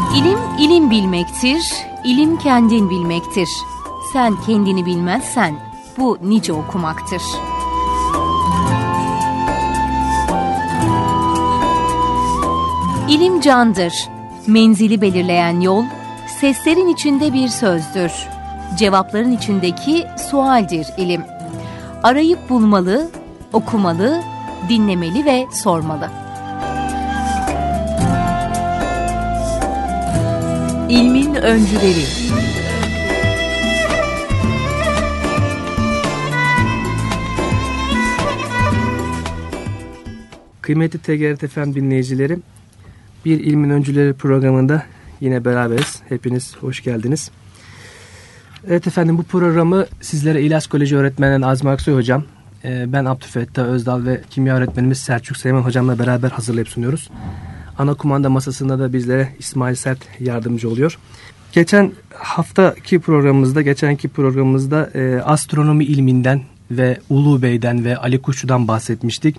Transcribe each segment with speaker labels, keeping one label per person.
Speaker 1: İlim, ilim bilmektir, ilim kendin bilmektir. Sen kendini bilmezsen, bu nice okumaktır. İlim candır, menzili belirleyen yol, seslerin içinde bir sözdür. Cevapların içindeki sualdir ilim. Arayıp bulmalı, okumalı, dinlemeli ve sormalı. İlmin öncüleri.
Speaker 2: Kıymetli TGRT FM dinleyicileri, bir İlmin Öncüleri programında yine beraberiz. Hepiniz hoş geldiniz. Evet efendim, bu programı sizlere İlyas Koleji öğretmeninden Azmi Aksoy hocam, ben Abdülfettah Özdal ve kimya öğretmenimiz Selçuk Seyman hocamla beraber hazırlayıp sunuyoruz. Ana kumanda masasında da bizlere İsmail Sert yardımcı oluyor. Geçenki programımızda astronomi ilminden ve Ulu Bey'den ve Ali Kuşçu'dan bahsetmiştik.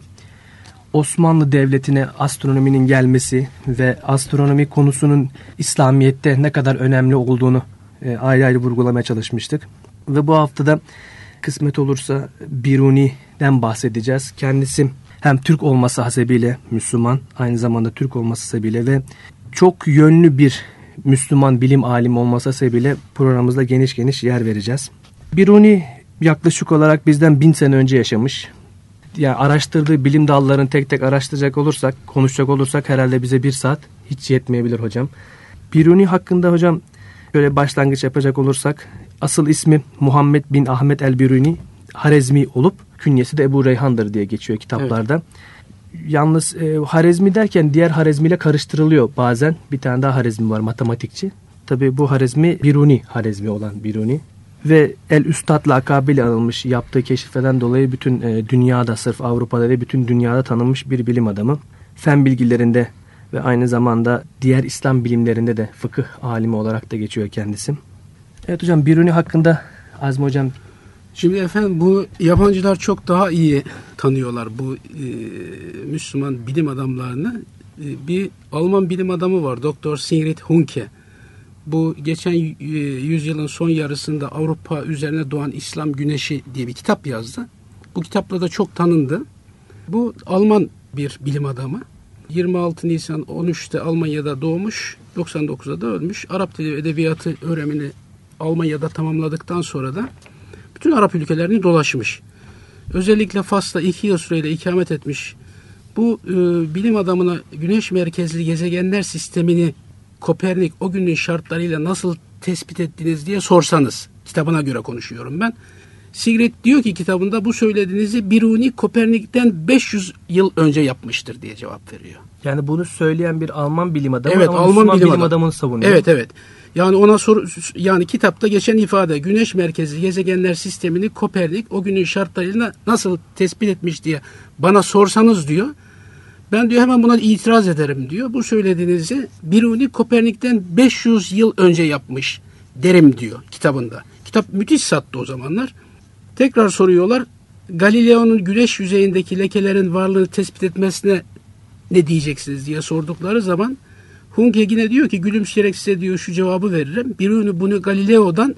Speaker 2: Osmanlı Devleti'ne astronominin gelmesi ve astronomi konusunun İslamiyet'te ne kadar önemli olduğunu ayrı ayrı vurgulamaya çalışmıştık. Ve bu haftada kısmet olursa Biruni'den bahsedeceğiz. Kendisi hem Türk olması hasebiyle Müslüman, aynı zamanda Türk olması hasebiyle ve çok yönlü bir Müslüman bilim alimi olması hasebiyle programımızda geniş geniş yer vereceğiz. Biruni yaklaşık olarak bizden 1000 sene önce yaşamış. Yani araştırdığı bilim dallarını tek tek konuşacak olursak herhalde bize bir saat hiç yetmeyebilir hocam. Biruni hakkında hocam şöyle başlangıç yapacak olursak, asıl ismi Muhammed bin Ahmet el-Biruni, Harezmi olup künyesi de Ebu Reyhan'dır diye geçiyor kitaplarda. Evet. Yalnız Harezmi derken diğer Harezmi ile karıştırılıyor bazen. Bir tane daha Harezmi var, matematikçi. Tabii bu Harezmi Biruni Harezmi olan Biruni. Ve El-Üstad lakabıyla anılmış, yaptığı keşiflerden dolayı bütün dünyada, sırf Avrupa'da ve bütün dünyada tanınmış bir bilim adamı. Fen bilgilerinde ve aynı zamanda diğer İslam bilimlerinde de fıkıh alimi olarak da geçiyor kendisi. Evet hocam, Biruni hakkında Azmi hocam.
Speaker 3: Şimdi efendim, bu yabancılar çok daha iyi tanıyorlar bu Müslüman bilim adamlarını. Bir Alman bilim adamı var, Doktor Sigrid Hunke. Bu geçen yüzyılın son yarısında Avrupa üzerine doğan İslam Güneşi diye bir kitap yazdı. Bu kitapla da çok tanındı. Bu Alman bir bilim adamı. 26 Nisan 13'te Almanya'da doğmuş, 99'da da ölmüş. Arap dili ve edebiyatı öğrenimini Almanya'da tamamladıktan sonra da bütün Arap ülkelerini dolaşmış. Özellikle Fas'ta 2 yıl süreyle ikamet etmiş. Bu bilim adamına güneş merkezli gezegenler sistemini Kopernik o günün şartlarıyla nasıl tespit ettiniz diye sorsanız, kitabına göre konuşuyorum ben. Sigrid diyor ki kitabında, bu söylediğinizi Biruni Kopernik'ten 500 yıl önce yapmıştır diye cevap veriyor.
Speaker 2: Yani bunu söyleyen bir Alman bilim adamı,
Speaker 3: evet,
Speaker 2: ama
Speaker 3: Alman
Speaker 2: Müslüman bilim adamını savunuyor.
Speaker 3: Evet. Yani ona yani kitapta geçen ifade, güneş merkezli gezegenler sistemini Kopernik o günün şartlarıyla nasıl tespit etmiş diye bana sorsanız diyor, ben diyor hemen buna itiraz ederim diyor. Bu söylediğinizi Biruni Kopernik'ten 500 yıl önce yapmış derim diyor kitabında. Kitap müthiş sattı o zamanlar. Tekrar soruyorlar, Galileo'nun güneş yüzeyindeki lekelerin varlığını tespit etmesine ne diyeceksiniz diye sordukları zaman Hunke yine diyor ki, gülümseyerek size diyor şu cevabı veririm. Biruni bunu Galileo'dan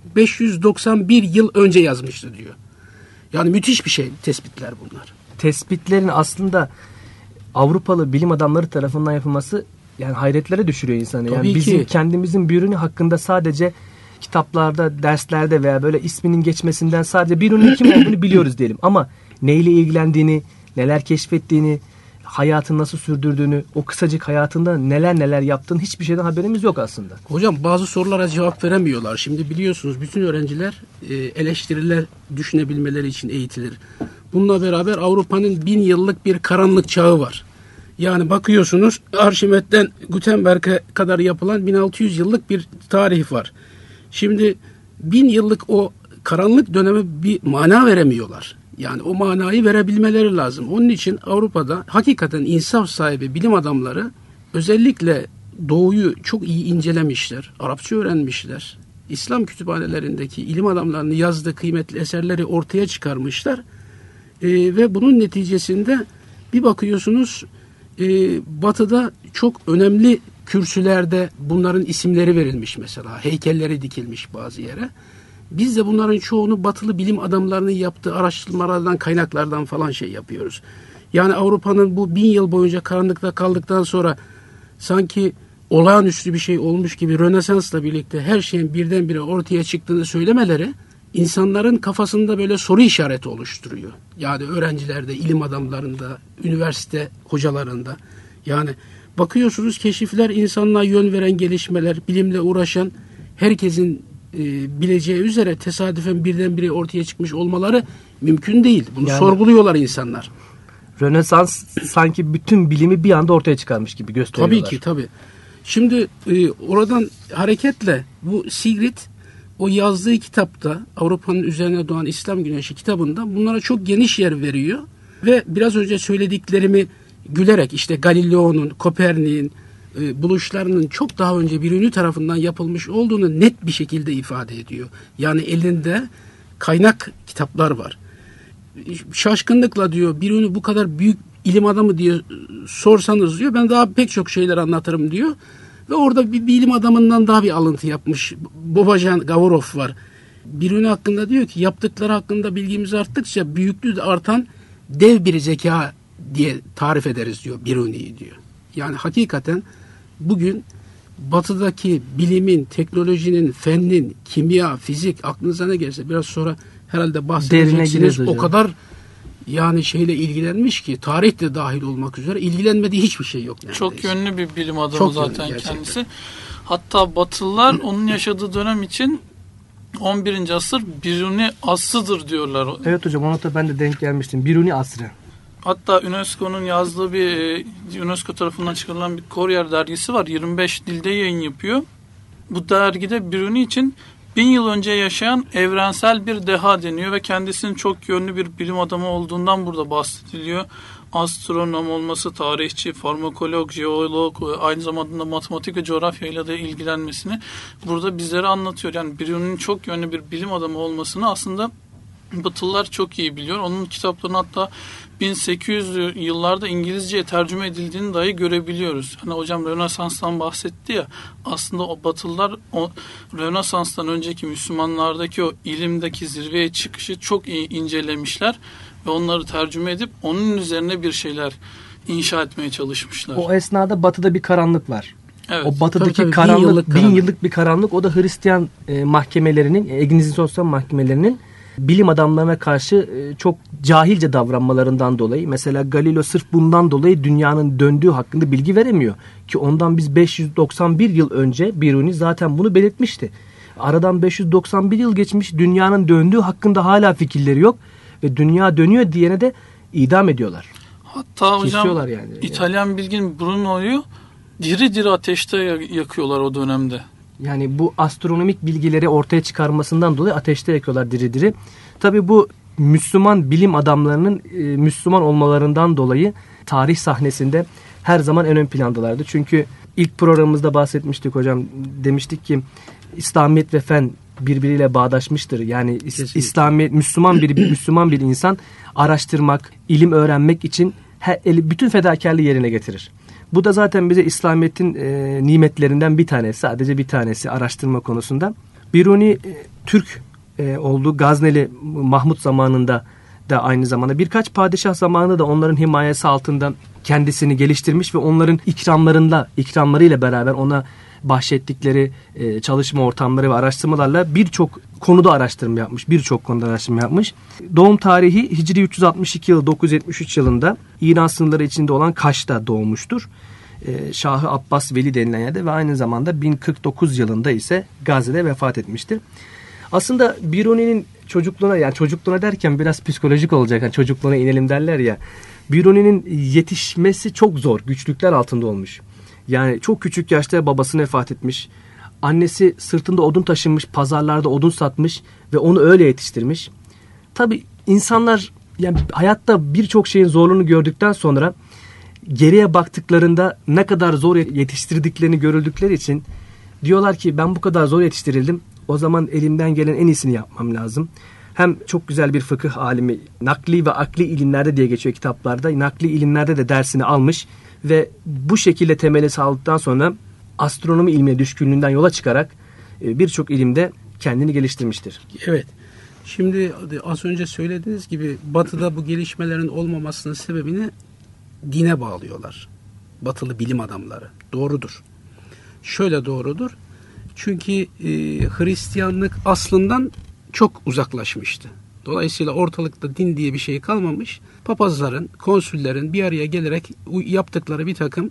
Speaker 3: 591 yıl önce yazmıştı diyor. Yani müthiş bir şey tespitler bunlar.
Speaker 2: Tespitlerin aslında Avrupalı bilim adamları tarafından yapılması yani hayretlere düşürüyor insanı.
Speaker 3: Tabii
Speaker 2: yani bizim
Speaker 3: ki.
Speaker 2: Kendimizin Biruni hakkında sadece kitaplarda, derslerde veya böyle isminin geçmesinden sadece Biruni'nin kim olduğunu biliyoruz diyelim. Ama neyle ilgilendiğini, neler keşfettiğini, hayatını nasıl sürdürdüğünü, o kısacık hayatında neler yaptığını hiçbir şeyden haberimiz yok aslında.
Speaker 3: Hocam, bazı sorulara cevap veremiyorlar. Şimdi biliyorsunuz bütün öğrenciler eleştiriler düşünebilmeleri için eğitilir. Bununla beraber Avrupa'nın 1000 yıllık bir karanlık çağı var. Yani bakıyorsunuz, Arşimet'ten Gutenberg'e kadar yapılan 1600 yıllık bir tarih var. Şimdi 1000 yıllık o karanlık döneme bir mana veremiyorlar. Yani o manayı verebilmeleri lazım. Onun için Avrupa'da hakikaten insaf sahibi bilim adamları özellikle Doğu'yu çok iyi incelemişler. Arapça öğrenmişler. İslam kütüphanelerindeki ilim adamlarının yazdığı kıymetli eserleri ortaya çıkarmışlar. Ve bunun neticesinde bir bakıyorsunuz Batı'da çok önemli kürsülerde bunların isimleri verilmiş mesela. Heykelleri dikilmiş bazı yere. Biz de bunların çoğunu batılı bilim adamlarının yaptığı araştırmalardan, kaynaklardan falan şey yapıyoruz. Yani Avrupa'nın bu 1000 yıl boyunca karanlıkta kaldıktan sonra sanki olağanüstü bir şey olmuş gibi Rönesans'la birlikte her şeyin birdenbire ortaya çıktığını söylemeleri insanların kafasında böyle soru işareti oluşturuyor. Yani öğrencilerde, ilim adamlarında, üniversite hocalarında. Yani bakıyorsunuz keşifler, insanlığa yön veren gelişmeler, bilimle uğraşan herkesin bileceği üzere tesadüfen birdenbire ortaya çıkmış olmaları mümkün değil. Bunu sorguluyorlar insanlar.
Speaker 2: Rönesans sanki bütün bilimi bir anda ortaya çıkarmış gibi gösteriyorlar.
Speaker 3: Tabii ki, tabii. Şimdi oradan hareketle bu Sigrid o yazdığı kitapta, Avrupa'nın üzerine doğan İslam Güneşi kitabında bunlara çok geniş yer veriyor. Ve biraz önce söylediklerimi gülerek işte Galileo'nun, Kopernik'in buluşlarının çok daha önce Biruni tarafından yapılmış olduğunu net bir şekilde ifade ediyor. Yani elinde kaynak kitaplar var. Şaşkınlıkla diyor Biruni bu kadar büyük ilim adamı diye sorsanız diyor ben daha pek çok şeyler anlatırım diyor. Ve orada bir bilim adamından daha bir alıntı yapmış. Bobajan Gavrov var. Biruni hakkında diyor ki yaptıkları hakkında bilgimiz arttıkça büyüklüğü de artan dev bir zeka diye tarif ederiz diyor Biruni'yi diyor. Yani hakikaten bugün batıdaki bilimin, teknolojinin, fennin, kimya, fizik aklınıza ne gelirse biraz sonra herhalde bahsedeceksiniz. O kadar yani şeyle ilgilenmiş ki tarih de dahil olmak üzere ilgilenmediği hiçbir şey yok neredeyse.
Speaker 4: Çok yönlü bir bilim adamı zaten kendisi. Hatta Batılılar onun yaşadığı dönem için 11. asır Biruni asrıdır diyorlar.
Speaker 2: Evet hocam ona da ben de denk gelmiştim. Biruni asrı.
Speaker 4: Hatta UNESCO'nun yazdığı bir UNESCO tarafından çıkarılan bir Courier dergisi var. 25 dilde yayın yapıyor. Bu dergide Biruni için 1000 yıl önce yaşayan evrensel bir deha deniyor ve kendisinin çok yönlü bir bilim adamı olduğundan burada bahsediliyor. Astronom olması, tarihçi, farmakolog, jeolog, aynı zamanda matematik ve coğrafyayla da ilgilenmesini burada bizlere anlatıyor. Yani Biruni'nin çok yönlü bir bilim adamı olmasını aslında Batılılar çok iyi biliyor. Onun kitaplarının hatta 1800'lü yıllarda İngilizceye tercüme edildiğini dahi görebiliyoruz. Hani hocam Rönesans'tan bahsetti ya, aslında o Batılılar o Rönesans'tan önceki Müslümanlardaki o ilimdeki zirveye çıkışı çok iyi incelemişler ve onları tercüme edip onun üzerine bir şeyler inşa etmeye çalışmışlar.
Speaker 2: O esnada Batı'da bir karanlık var.
Speaker 4: Evet.
Speaker 2: O Batı'daki tabii, karanlık, 1000 yıllık bir karanlık. O da Hristiyan mahkemelerinin, Engizisyon mahkemelerinin bilim adamlarına karşı çok cahilce davranmalarından dolayı. Mesela Galileo sırf bundan dolayı dünyanın döndüğü hakkında bilgi veremiyor. Ki ondan biz 591 yıl önce Biruni zaten bunu belirtmişti. Aradan 591 yıl geçmiş, dünyanın döndüğü hakkında hala fikirleri yok. Ve dünya dönüyor diyene de idam ediyorlar.
Speaker 4: Hatta hocam yani. İtalyan bilgin Bruno'yu diri diri ateşte yakıyorlar o dönemde.
Speaker 2: Yani bu astronomik bilgileri ortaya çıkarmasından dolayı ateşte yakıyorlar diri diri. Tabii bu Müslüman bilim adamlarının Müslüman olmalarından dolayı tarih sahnesinde her zaman en ön plandalardı. Çünkü ilk programımızda bahsetmiştik hocam. Demiştik ki İslamiyet ve fen birbiriyle bağdaşmıştır. Yani İslamiyet, Müslüman bir insan araştırmak, ilim öğrenmek için bütün fedakarlığı yerine getirir. Bu da zaten bize İslamiyet'in nimetlerinden bir tanesi, sadece bir tanesi araştırma konusunda. Biruni Türk olduğu Gazneli Mahmut zamanında da aynı zamanda birkaç padişah zamanında da onların himayesi altında kendisini geliştirmiş ve onların ikramlarıyla beraber ona bahşettikleri çalışma ortamları ve araştırmalarla birçok konuda araştırma yapmış. Doğum tarihi Hicri 362 yılı 973 yılında İran sınırları içinde olan Kaş'ta doğmuştur. Şahı Abbas Veli denilen yerde ve aynı zamanda 1049 yılında ise Gazze'de vefat etmiştir. Aslında Biruni'nin çocukluğuna derken biraz psikolojik olacak. Yani çocukluğuna inelim derler ya. Biruni'nin yetişmesi çok zor. Güçlükler altında olmuş. Yani çok küçük yaşta babası vefat etmiş. Annesi sırtında odun taşınmış, pazarlarda odun satmış ve onu öyle yetiştirmiş. Tabii insanlar yani hayatta birçok şeyin zorluğunu gördükten sonra geriye baktıklarında ne kadar zor yetiştirdiklerini görüldükleri için diyorlar ki ben bu kadar zor yetiştirildim. O zaman elimden gelen en iyisini yapmam lazım. Hem çok güzel bir fıkıh alimi, nakli ve akli ilimlerde diye geçiyor kitaplarda. Nakli ilimlerde de dersini almış ve bu şekilde temeli sağladıktan sonra astronomi ilmine düşkünlüğünden yola çıkarak birçok ilimde kendini geliştirmiştir.
Speaker 3: Evet. Şimdi az önce söylediğiniz gibi Batı'da bu gelişmelerin olmamasının sebebini dine bağlıyorlar. Batılı bilim adamları. Doğrudur. Şöyle doğrudur. Çünkü Hristiyanlık aslından çok uzaklaşmıştı. Dolayısıyla ortalıkta din diye bir şey kalmamış. Papazların, konsüllerin bir araya gelerek yaptıkları bir takım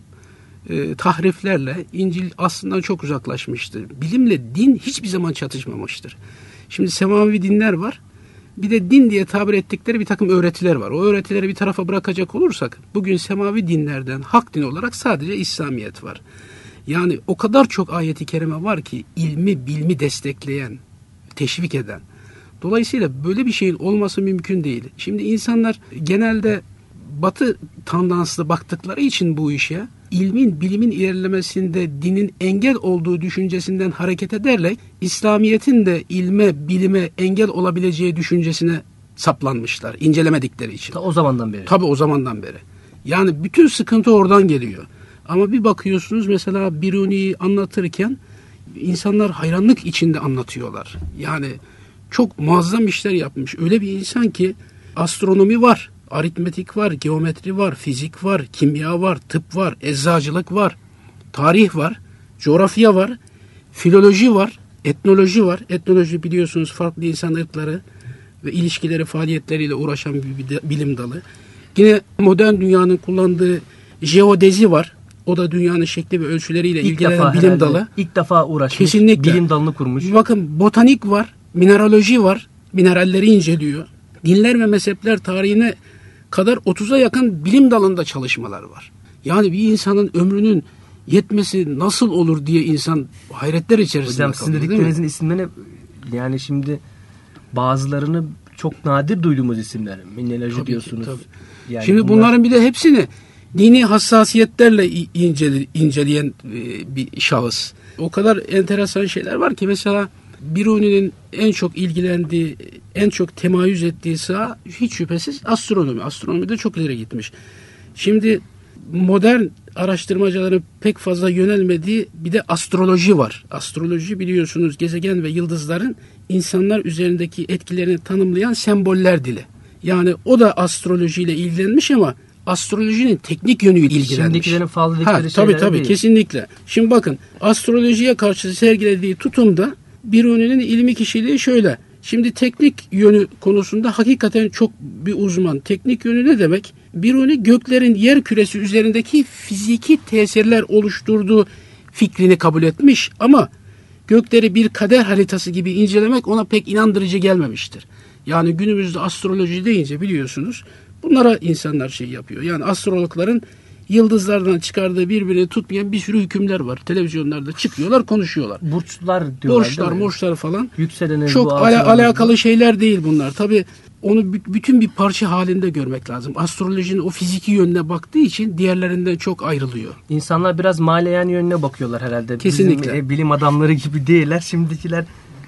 Speaker 3: tahriflerle İncil aslında çok uzaklaşmıştı. Bilimle din hiçbir zaman çatışmamıştır. Şimdi semavi dinler var. Bir de din diye tabir ettikleri bir takım öğretiler var. O öğretileri bir tarafa bırakacak olursak bugün semavi dinlerden hak din olarak sadece İslamiyet var. Yani o kadar çok ayeti kerime var ki ilmi, bilmi destekleyen, teşvik eden. Dolayısıyla böyle bir şeyin olması mümkün değil. Şimdi insanlar genelde Batı tandanslı baktıkları için bu işe ilmin, bilimin ilerlemesinde dinin engel olduğu düşüncesinden hareket ederek İslamiyet'in de ilme, bilime engel olabileceği düşüncesine saplanmışlar incelemedikleri için.
Speaker 2: Ta o zamandan beri.
Speaker 3: Tabii o zamandan beri. Yani bütün sıkıntı oradan geliyor. Ama bir bakıyorsunuz mesela Biruni'yi anlatırken insanlar hayranlık içinde anlatıyorlar. Yani çok muazzam işler yapmış. Öyle bir insan ki astronomi var, aritmetik var, geometri var, fizik var, kimya var, tıp var, eczacılık var, tarih var, coğrafya var, filoloji var, etnoloji var. Etnoloji biliyorsunuz farklı insan ırkları ve ilişkileri, faaliyetleriyle uğraşan bir bilim dalı. Yine modern dünyanın kullandığı jeodezi var. O da dünyanın şekli ve ölçüleriyle ilgilenen bilim dalı.
Speaker 2: İlk defa uğraşmış.
Speaker 3: Kesinlikle.
Speaker 2: Bilim dalını kurmuş.
Speaker 3: Bakın botanik var, mineraloji var. Mineralleri inceliyor. Dinler ve mezhepler tarihine kadar 30'a yakın bilim dalında çalışmalar var. Yani bir insanın ömrünün yetmesi nasıl olur diye insan hayretler içerisinde kalıyor.
Speaker 2: Hocam sizin dediklerinizin isimleri yani şimdi bazılarını çok nadir duyduğumuz isimler. Mineraloji diyorsunuz.
Speaker 3: Tabii. Yani şimdi bunların bir de hepsini dini hassasiyetlerle inceleyen bir şahıs. O kadar enteresan şeyler var ki mesela Biruni'nin en çok ilgilendiği, en çok temayüz ettiği saha hiç şüphesiz astronomi. Astronomide çok ileri gitmiş. Şimdi modern araştırmacıların pek fazla yönelmediği bir de astroloji var. Astroloji biliyorsunuz gezegen ve yıldızların insanlar üzerindeki etkilerini tanımlayan semboller dili. Yani o da astrolojiyle ilgilenmiş ama astrolojinin teknik yönüyle ilgilenmiş.
Speaker 2: Şimdikilerin fal dedikleri şeyler
Speaker 3: tabii
Speaker 2: değil.
Speaker 3: Kesinlikle. Şimdi bakın astrolojiye karşı sergilediği tutumda Biruni'nin ilmi kişiliği şöyle. Şimdi teknik yönü konusunda hakikaten çok bir uzman. Teknik yönü ne demek? Biruni göklerin yer küresi üzerindeki fiziki tesirler oluşturduğu fikrini kabul etmiş ama gökleri bir kader haritası gibi incelemek ona pek inandırıcı gelmemiştir. Yani günümüzde astroloji deyince biliyorsunuz bunlara insanlar şey yapıyor. Yani astrologların yıldızlardan çıkardığı birbirini tutmayan bir sürü hükümler var. Televizyonlarda çıkıyorlar, konuşuyorlar.
Speaker 2: Burçlar diyorlar.
Speaker 3: Burçlar falan.
Speaker 2: Yükseleniniz
Speaker 3: çok alakalı şeyler değil bunlar. Tabii onu bütün bir parça halinde görmek lazım. Astrolojinin o fiziki yönüne baktığı için diğerlerinden çok ayrılıyor.
Speaker 2: İnsanlar biraz maliyen yönüne bakıyorlar herhalde.
Speaker 3: Kesinlikle.
Speaker 2: Bizim bilim adamları gibi değiller. Şimdikiler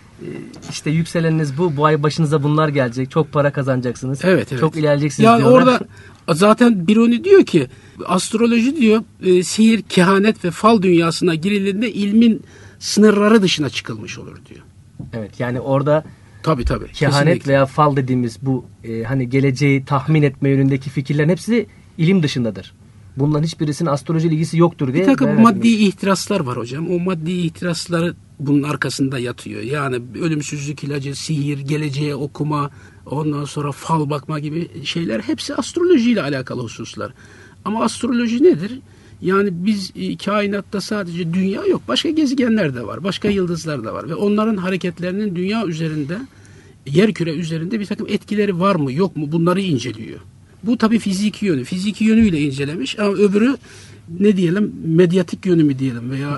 Speaker 2: işte yükseleniniz bu ay başınıza bunlar gelecek. Çok para kazanacaksınız.
Speaker 3: Evet.
Speaker 2: Çok ilerleyeceksiniz
Speaker 3: yani
Speaker 2: diyorlar.
Speaker 3: Orada zaten Biruni diyor ki astroloji diyor sihir, kehanet ve fal dünyasına girildiğinde ilmin sınırları dışına çıkılmış olur diyor.
Speaker 2: Evet yani orada
Speaker 3: tabii
Speaker 2: kehanet
Speaker 3: kesinlikle.
Speaker 2: veya fal dediğimiz bu hani geleceği tahmin etme yönündeki fikirlerin hepsi ilim dışındadır. Bunların hiçbirisinin astrolojiyle ilgisi yoktur diye.
Speaker 3: Bir takım maddi ihtiraslar var hocam. O maddi ihtirasları bunun arkasında yatıyor. Yani ölümsüzlük ilacı, sihir, geleceğe okuma, ondan sonra fal bakma gibi şeyler hepsi astrolojiyle alakalı hususlar. Ama astroloji nedir? Yani biz kainatta sadece dünya yok. Başka gezegenler de var. Başka yıldızlar da var. Ve onların hareketlerinin dünya üzerinde, yerküre üzerinde bir takım etkileri var mı yok mu bunları inceliyor. Bu tabii fiziki yönü. Fiziki yönüyle incelemiş ama öbürü ne diyelim medyatik yönü mü diyelim veya...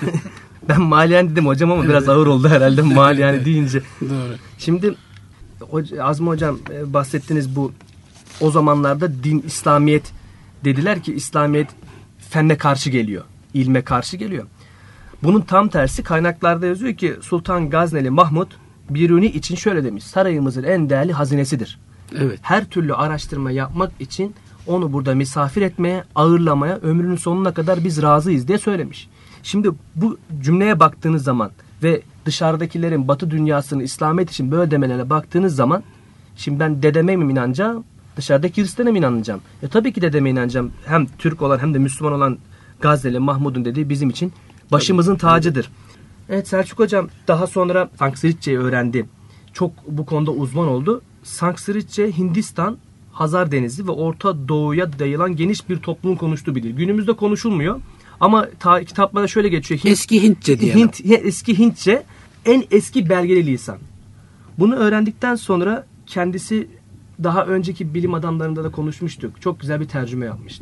Speaker 2: Ben maliyen dedim hocam ama biraz ağır oldu herhalde maliyen deyince.
Speaker 3: Doğru.
Speaker 2: Şimdi Azmi hocam bahsettiniz bu o zamanlarda din, İslamiyet dediler ki İslamiyet fenne karşı geliyor. İlme karşı geliyor. Bunun tam tersi kaynaklarda yazıyor ki Sultan Gazneli Mahmud Biruni için şöyle demiş. Sarayımızın en değerli hazinesidir.
Speaker 3: Evet.
Speaker 2: Her türlü araştırma yapmak için onu burada misafir etmeye, ağırlamaya ömrünün sonuna kadar biz razıyız diye söylemiş. Şimdi bu cümleye baktığınız zaman ve dışarıdakilerin Batı dünyasının İslamiyet için böyle demelerine baktığınız zaman şimdi ben dedeme mi inanacağım, dışarıdaki Hristiyan'a mı inanacağım? Tabii ki dedeme inanacağım. Hem Türk olan hem de Müslüman olan Gazze'li Mahmud'un dediği bizim için başımızın tacıdır. Evet Selçuk Hocam daha sonra Sanskritçe'yi öğrendi. Çok bu konuda uzman oldu. Sanskritçe Hindistan, Hazar Denizi ve Orta Doğu'ya yayılan geniş bir toplumun konuştuğu bir dil. Günümüzde konuşulmuyor ama kitaplarda şöyle geçiyor.
Speaker 3: Eski Hintçe diyelim.
Speaker 2: Eski Hintçe en eski belgeli lisan. Bunu öğrendikten sonra kendisi daha önceki bilim adamlarında da konuşmuştuk. Çok güzel bir tercüme yapmıştı.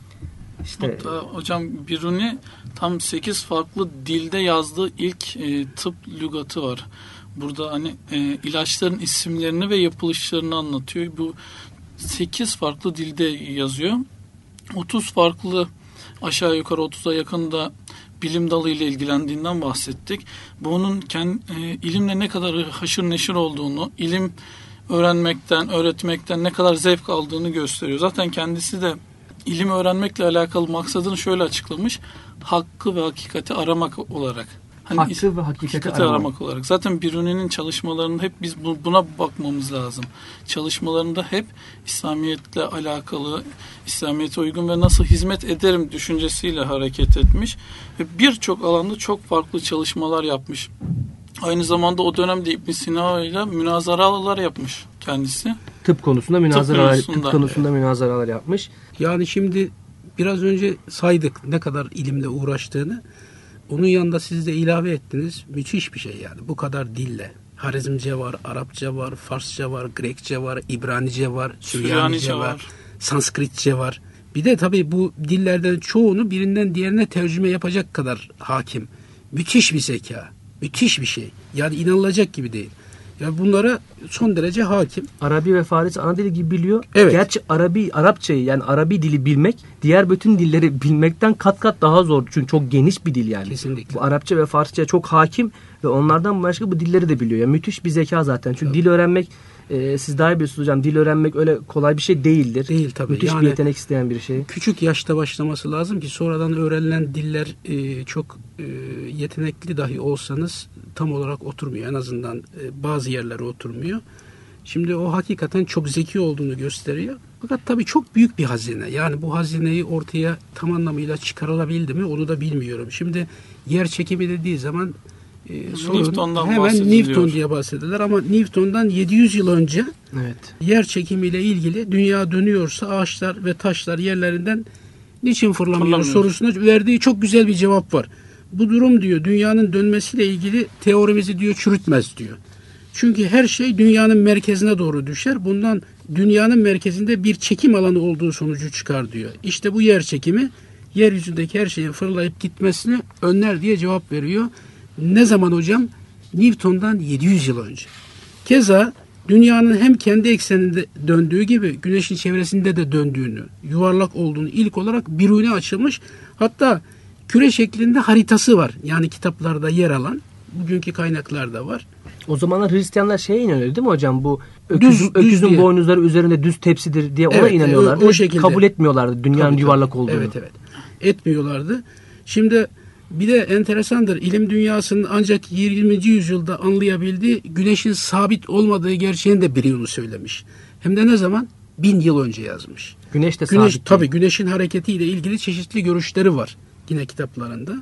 Speaker 2: İşte
Speaker 4: hatta hocam Biruni tam 8 farklı dilde yazdığı ilk tıp lügatı var. Burada hani ilaçların isimlerini ve yapılışlarını anlatıyor. Bu 8 farklı dilde yazıyor. 30 farklı aşağı yukarı 30'a yakın da bilim dalı ile ilgilendiğinden bahsettik. Bunun ilimle ne kadar haşır neşir olduğunu, ilim öğrenmekten, öğretmekten ne kadar zevk aldığını gösteriyor. Zaten kendisi de ilim öğrenmekle alakalı maksadını şöyle açıklamış. Hakkı ve hakikati aramak olarak. Hani
Speaker 2: hakkı ve hakikati aramak
Speaker 4: olarak. Zaten Biruni'nin çalışmalarında hep biz buna bakmamız lazım. Çalışmalarında hep İslamiyet'le alakalı, İslamiyet'e uygun ve nasıl hizmet ederim düşüncesiyle hareket etmiş. Ve birçok alanda çok farklı çalışmalar yapmış. Aynı zamanda o dönemde İbn Sina ile münazaralar yapmış kendisi.
Speaker 2: Tıp konusunda münazaralar yapmış.
Speaker 3: Yani şimdi biraz önce saydık ne kadar ilimle uğraştığını. Onun yanında siz de ilave ettiniz. Müthiş bir şey yani. Bu kadar dille. Harizmce var, Arapça var, Farsça var, Grekçe var, İbranice var, Süryanice var, Sanskritçe var. Bir de tabii bu dillerden çoğunu birinden diğerine tercüme yapacak kadar hakim. Müthiş bir zeka. Müthiş bir şey. Yani inanılacak gibi değil. Yani bunlara son derece hakim.
Speaker 2: Arabi ve Farsça ana dili gibi biliyor.
Speaker 3: Evet.
Speaker 2: Gerçi Arapçayı yani Arabi dili bilmek diğer bütün dilleri bilmekten kat kat daha zor. Çünkü çok geniş bir dil yani.
Speaker 3: Kesinlikle.
Speaker 2: Bu Arapça ve Farsça'ya çok hakim ve onlardan başka bu dilleri de biliyor. Yani müthiş bir zeka zaten. Çünkü dil öğrenmek siz daha iyi biliyorsunuz hocam. Dil öğrenmek öyle kolay bir şey değildir.
Speaker 3: Değil tabii.
Speaker 2: Müthiş
Speaker 3: yani,
Speaker 2: bir yetenek isteyen bir şey.
Speaker 3: Küçük yaşta başlaması lazım ki sonradan öğrenilen diller çok yetenekli dahi olsanız tam olarak oturmuyor. En azından bazı yerlere oturmuyor. Şimdi o hakikaten çok zeki olduğunu gösteriyor. Fakat tabii çok büyük bir hazine. Yani bu hazineyi ortaya tam anlamıyla çıkarılabildi mi onu da bilmiyorum. Şimdi yer çekimi dediği zaman
Speaker 4: Newton'dan
Speaker 3: hemen Newton diye bahsediyorlar ama Newton'dan 700 yıl önce yer çekimiyle ilgili dünya dönüyorsa ağaçlar ve taşlar yerlerinden niçin fırlamıyor sorusuna verdiği çok güzel bir cevap var. Bu durum diyor dünyanın dönmesiyle ilgili teorimizi diyor çürütmez diyor. Çünkü her şey dünyanın merkezine doğru düşer. Bundan dünyanın merkezinde bir çekim alanı olduğu sonucu çıkar diyor. İşte bu yer çekimi yeryüzündeki her şeyin fırlayıp gitmesini önler diye cevap veriyor. Ne zaman hocam? Newton'dan 700 yıl önce. Keza dünyanın hem kendi ekseninde döndüğü gibi güneşin çevresinde de döndüğünü, yuvarlak olduğunu ilk olarak Biruni açılmış. Hatta küre şeklinde haritası var. Yani kitaplarda yer alan, bugünkü kaynaklarda var.
Speaker 2: O zamanlar Hristiyanlar şeye inanıyor değil mi hocam? Bu öküzün boynuzları üzerinde düz tepsidir diye ona inanıyorlardı.
Speaker 3: O şekilde.
Speaker 2: Kabul etmiyorlardı dünyanın yuvarlak olduğunu.
Speaker 3: Evet. Etmiyorlardı. Şimdi bir de enteresandır. İlim dünyasının ancak 20. yüzyılda anlayabildiği güneşin sabit olmadığı gerçeğini de Biruni söylemiş. Hem de ne zaman? 1000 yıl önce yazmış.
Speaker 2: Güneş de sabit.
Speaker 3: Tabii güneşin hareketiyle ilgili çeşitli görüşleri var yine kitaplarında.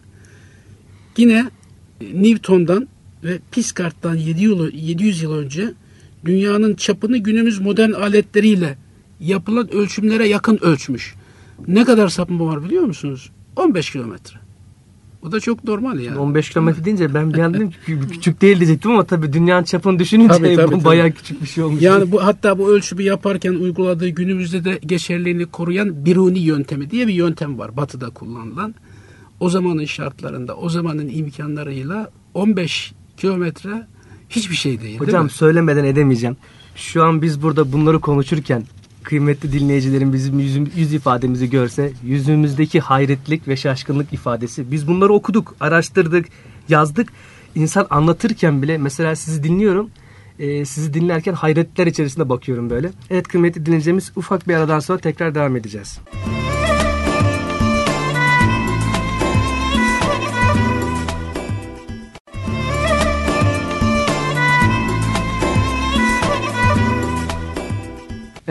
Speaker 3: Yine Newton'dan ve Piscart'tan 700 yıl önce dünyanın çapını günümüz modern aletleriyle yapılan ölçümlere yakın ölçmüş. Ne kadar sapma var biliyor musunuz? 15 kilometre. Bu da çok normal yani.
Speaker 2: 15 kilometre deyince ben bir an dedim ki küçük değil diyecektim ama tabii dünyanın çapını düşününce tabii. Bayağı küçük bir şey olmuş.
Speaker 3: Yani hatta bu ölçümü yaparken uyguladığı günümüzde de geçerliliğini koruyan Biruni yöntemi diye bir yöntem var. Batı'da kullanılan. O zamanın şartlarında, o zamanın imkanlarıyla 15 kilometre hiçbir şey değil.
Speaker 2: Hocam söylemeden edemeyeceğim. Şu an biz burada bunları konuşurken kıymetli dinleyicilerin bizim yüz ifademizi görse yüzümüzdeki hayretlik ve şaşkınlık ifadesi. Biz bunları okuduk, araştırdık, yazdık. İnsan anlatırken bile mesela sizi dinliyorum. Sizi dinlerken hayretler içerisinde bakıyorum böyle. Evet kıymetli dinleyicilerimiz ufak bir aradan sonra tekrar devam edeceğiz.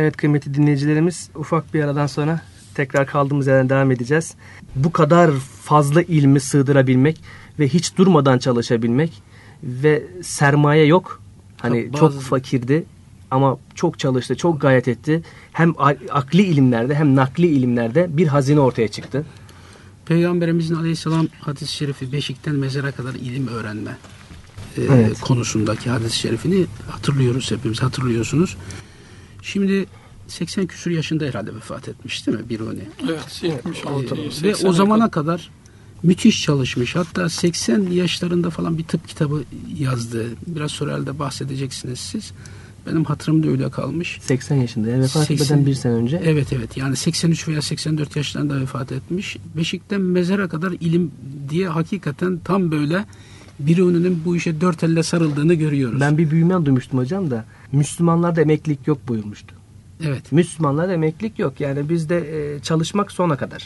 Speaker 2: Evet kıymetli dinleyicilerimiz, ufak bir aradan sonra tekrar kaldığımız yerden devam edeceğiz. Bu kadar fazla ilmi sığdırabilmek ve hiç durmadan çalışabilmek ve sermaye yok. Hani çok fakirdi ama çok çalıştı, çok gayret etti. Hem akli ilimlerde hem nakli ilimlerde bir hazine ortaya çıktı.
Speaker 3: Peygamberimizin aleyhisselam hadis-i şerifi Beşik'ten mezara kadar ilim öğrenme konusundaki hadis-i şerifini hatırlıyoruz, hepimiz hatırlıyorsunuz. Şimdi 80 küsur yaşında herhalde vefat etmiş değil mi Biruni?
Speaker 4: Evet, 76.
Speaker 3: Ve o zamana kadar müthiş çalışmış. Hatta 80 yaşlarında falan bir tıp kitabı yazdı. Biraz sonra herhalde bahsedeceksiniz siz. Benim hatırımda öyle kalmış.
Speaker 2: 80 yaşında. Yani vefat etmeden bir sene önce.
Speaker 3: Evet. Yani 83 veya 84 yaşlarında vefat etmiş. Beşik'ten mezara kadar ilim diye hakikaten tam böyle Biruni'nin bu işe dört elle sarıldığını görüyoruz. Ben
Speaker 2: bir büyümen duymuştum hocam da. Müslümanlarda emeklilik yok buyurmuştu.
Speaker 3: Evet.
Speaker 2: Müslümanlarda emeklilik yok. Yani bizde çalışmak sona kadar.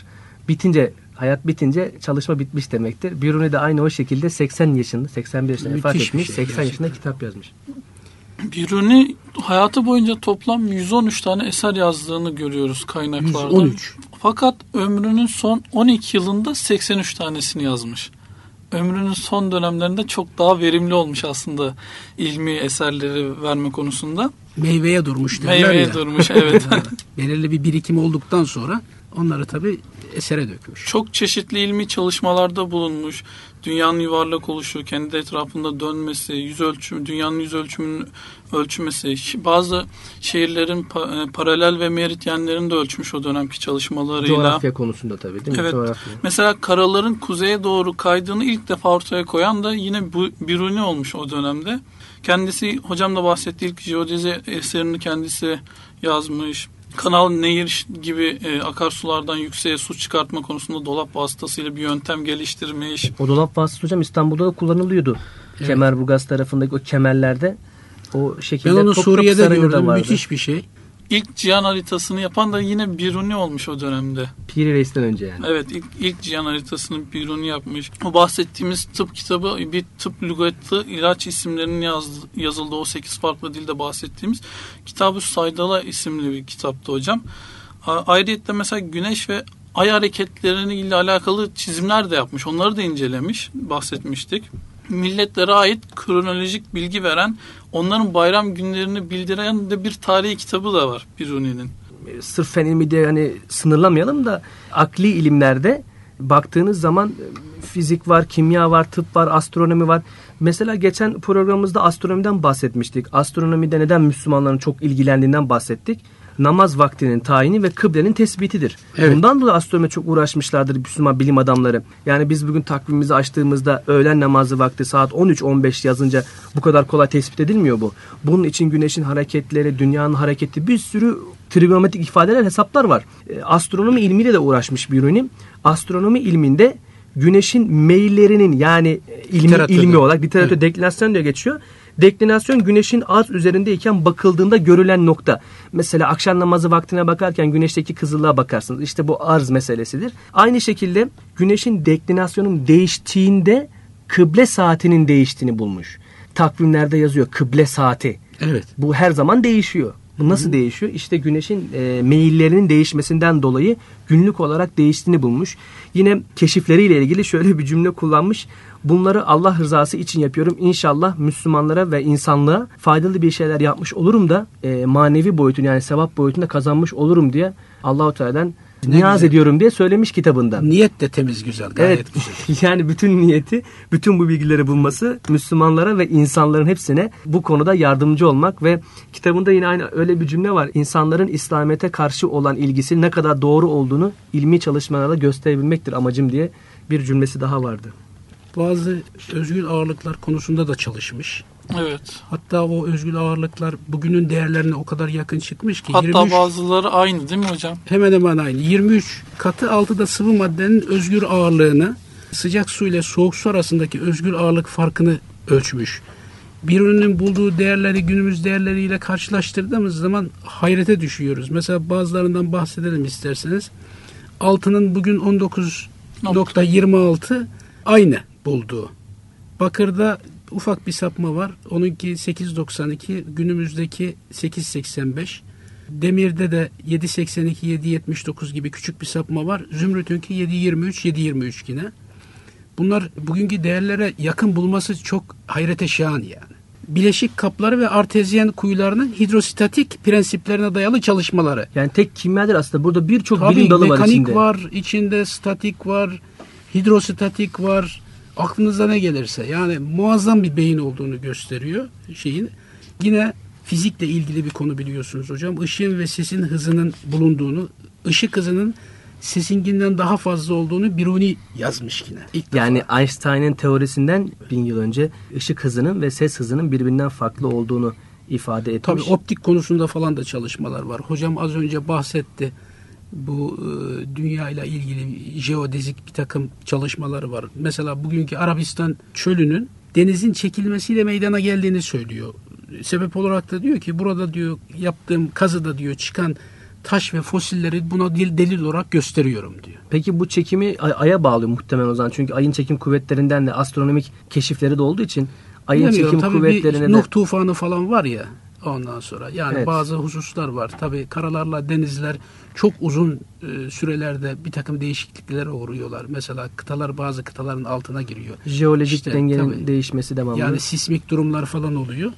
Speaker 2: Hayat bitince çalışma bitmiş demektir. Biruni de aynı o şekilde 80 yaşında, 81 yaşında vefat etmiş, 80 yaşında kitap yazmış.
Speaker 4: Biruni hayatı boyunca toplam 113 tane eser yazdığını görüyoruz kaynaklarda.
Speaker 3: 113.
Speaker 4: Fakat ömrünün son 12 yılında 83 tanesini yazmış. Ömrünün son dönemlerinde çok daha verimli olmuş aslında ilmi eserleri verme konusunda.
Speaker 3: Meyveye durmuş derler ya.
Speaker 4: Meyveye durmuş, evet.
Speaker 3: Belirli bir birikim olduktan sonra onları tabii esere dökmüş.
Speaker 4: Çok çeşitli ilmi çalışmalarda bulunmuş. Dünyanın yuvarlak oluşu, kendi etrafında dönmesi, yüz ölçümü, dünyanın yüz ölçümünün ölçmesi, bazı şehirlerin paralel ve meridyenlerini de ölçmüş o dönemki çalışmalarıyla.
Speaker 2: Coğrafya konusunda tabii değil mi?
Speaker 4: Evet.
Speaker 2: Coğrafya.
Speaker 4: Mesela karaların kuzeye doğru kaydığını ilk defa ortaya koyan da yine Biruni olmuş o dönemde. Kendisi, hocam da bahsettiği ilk jeodezi eserini kendisi yazmış. Kanal, nehir gibi akarsulardan yükseğe su çıkartma konusunda dolap vasıtasıyla bir yöntem geliştirmiş.
Speaker 2: O dolap vasıtası hocam İstanbul'da da kullanılıyordu. Evet. Kemerburgaz tarafındaki o kemerlerde o şekilde.
Speaker 3: Ben onu Suriye'de gördüm. Müthiş bir şey.
Speaker 4: İlk cihan haritasını yapan da yine Biruni olmuş o dönemde.
Speaker 2: Piri Reis'ten önce yani.
Speaker 4: Evet, ilk cihan haritasını Biruni yapmış. O bahsettiğimiz tıp kitabı bir tıp lügatı, ilaç isimlerinin yazıldığı o 8 farklı dilde bahsettiğimiz Kitab-ı Saydala isimli bir kitaptı hocam. Ayrıca mesela güneş ve ay hareketleriyle alakalı çizimler de yapmış. Onları da incelemiş, bahsetmiştik. Milletlere ait kronolojik bilgi veren, onların bayram günlerini bildiren de bir tarihi kitabı da var Biruni'nin.
Speaker 2: Sırf fen ilmi diye yani sınırlamayalım da akli ilimlerde baktığınız zaman fizik var, kimya var, tıp var, astronomi var. Mesela geçen programımızda astronomiden bahsetmiştik. Astronomide neden Müslümanların çok ilgilendiğinden bahsettik. Namaz vaktinin tayini ve kıblenin tespitidir. Evet. Bundan dolayı astronomi çok uğraşmışlardır Müslüman bilim adamları. Yani biz bugün takvimimizi açtığımızda öğlen namazı vakti saat 13-15 yazınca bu kadar kolay tespit edilmiyor bu. Bunun için güneşin hareketleri, dünyanın hareketi, bir sürü trigonometrik ifadeler, hesaplar var. Astronomi ilmiyle de uğraşmış Biruni. Astronomi ilminde güneşin meyillerinin yani ilmi olarak literatür deklinasyon diye geçiyor. Deklinasyon güneşin arz üzerindeyken bakıldığında görülen nokta. Mesela akşam namazı vaktine bakarken güneşteki kızıllığa bakarsınız. İşte bu arz meselesidir. Aynı şekilde güneşin deklinasyonun değiştiğinde kıble saatinin değiştiğini bulmuş. Takvimlerde yazıyor kıble saati.
Speaker 3: Evet.
Speaker 2: Bu her zaman değişiyor. Bu nasıl değişiyor? İşte güneşin meyillerinin değişmesinden dolayı günlük olarak değiştiğini bulmuş. Yine keşifleriyle ilgili şöyle bir cümle kullanmış. Bunları Allah rızası için yapıyorum. İnşallah Müslümanlara ve insanlığa faydalı bir şeyler yapmış olurum da manevi boyutunu yani sevap boyutunda kazanmış olurum diye Allah-u Teala'dan niyaz ediyorum diye söylemiş kitabında.
Speaker 3: Niyet de temiz, güzel, gayet
Speaker 2: güzel. Yani bütün niyeti, bütün bu bilgileri bulması Müslümanlara ve insanların hepsine bu konuda yardımcı olmak ve kitabında yine aynı öyle bir cümle var. İnsanların İslamiyet'e karşı olan ilgisi ne kadar doğru olduğunu ilmi çalışmalarla gösterebilmektir amacım diye bir cümlesi daha vardı.
Speaker 3: Bazı özgül ağırlıklar konusunda da çalışmış.
Speaker 4: Evet.
Speaker 3: Hatta o özgül ağırlıklar bugünün değerlerine o kadar yakın çıkmış ki.
Speaker 4: Hatta 23, bazıları aynı değil mi hocam?
Speaker 3: Hemen hemen aynı. 23 katı altıda sıvı maddenin özgül ağırlığını, sıcak su ile soğuk su arasındaki özgül ağırlık farkını ölçmüş. Birinin bulduğu değerleri günümüz değerleriyle karşılaştırdığımız zaman hayrete düşüyoruz. Mesela bazılarından bahsedelim isterseniz. Altının bugün 19.26 aynı bulduğu. Bakırda ufak bir sapma var. Onunki 8.92, günümüzdeki 8.85. Demir'de de 7.82, 7.79 gibi küçük bir sapma var. Zümrüt'ünki 7.23, 7.23 yine. Bunlar bugünkü değerlere yakın bulması çok hayrete şayan yani. Bileşik kapları ve artezyen kuyularının hidrostatik prensiplerine dayalı çalışmaları.
Speaker 2: Yani tek kimyadır aslında. Burada birçok bilim dalı var içinde.
Speaker 3: Mekanik var, içinde statik var, hidrostatik var. Aklınıza ne gelirse. Yani muazzam bir beyin olduğunu gösteriyor şeyin. Yine fizikle ilgili bir konu biliyorsunuz hocam. Işığın ve sesin hızının bulunduğunu, ışık hızının sesinkinden daha fazla olduğunu Biruni yazmış yine.
Speaker 2: Yani Einstein'ın teorisinden 1000 yıl önce ışık hızının ve ses hızının birbirinden farklı olduğunu ifade etmiş.
Speaker 3: Tabii optik konusunda falan da çalışmalar var. Hocam az önce bahsetti. Bu dünya ile ilgili jeodezik bir takım çalışmaları var. Mesela bugünkü Arabistan çölünün denizin çekilmesiyle meydana geldiğini söylüyor. Sebep olarak da diyor ki burada diyor yaptığım kazıda diyor çıkan taş ve fosilleri buna delil olarak gösteriyorum diyor.
Speaker 2: Peki bu çekimi Ay'a bağlıyor muhtemelen o zaman. Çünkü Ay'ın çekim kuvvetlerinden de astronomik keşifleri de olduğu için Ay'ın çekim kuvvetlerine de...
Speaker 3: Nuh tufanı falan var ya ondan sonra. Yani
Speaker 2: evet,
Speaker 3: bazı hususlar var. Tabii karalarla denizler çok uzun sürelerde bir takım değişikliklere uğruyorlar. Mesela bazı kıtaların altına giriyor.
Speaker 2: Jeolojik dengenin değişmesi devamlı.
Speaker 3: Yani sismik durumlar falan oluyor.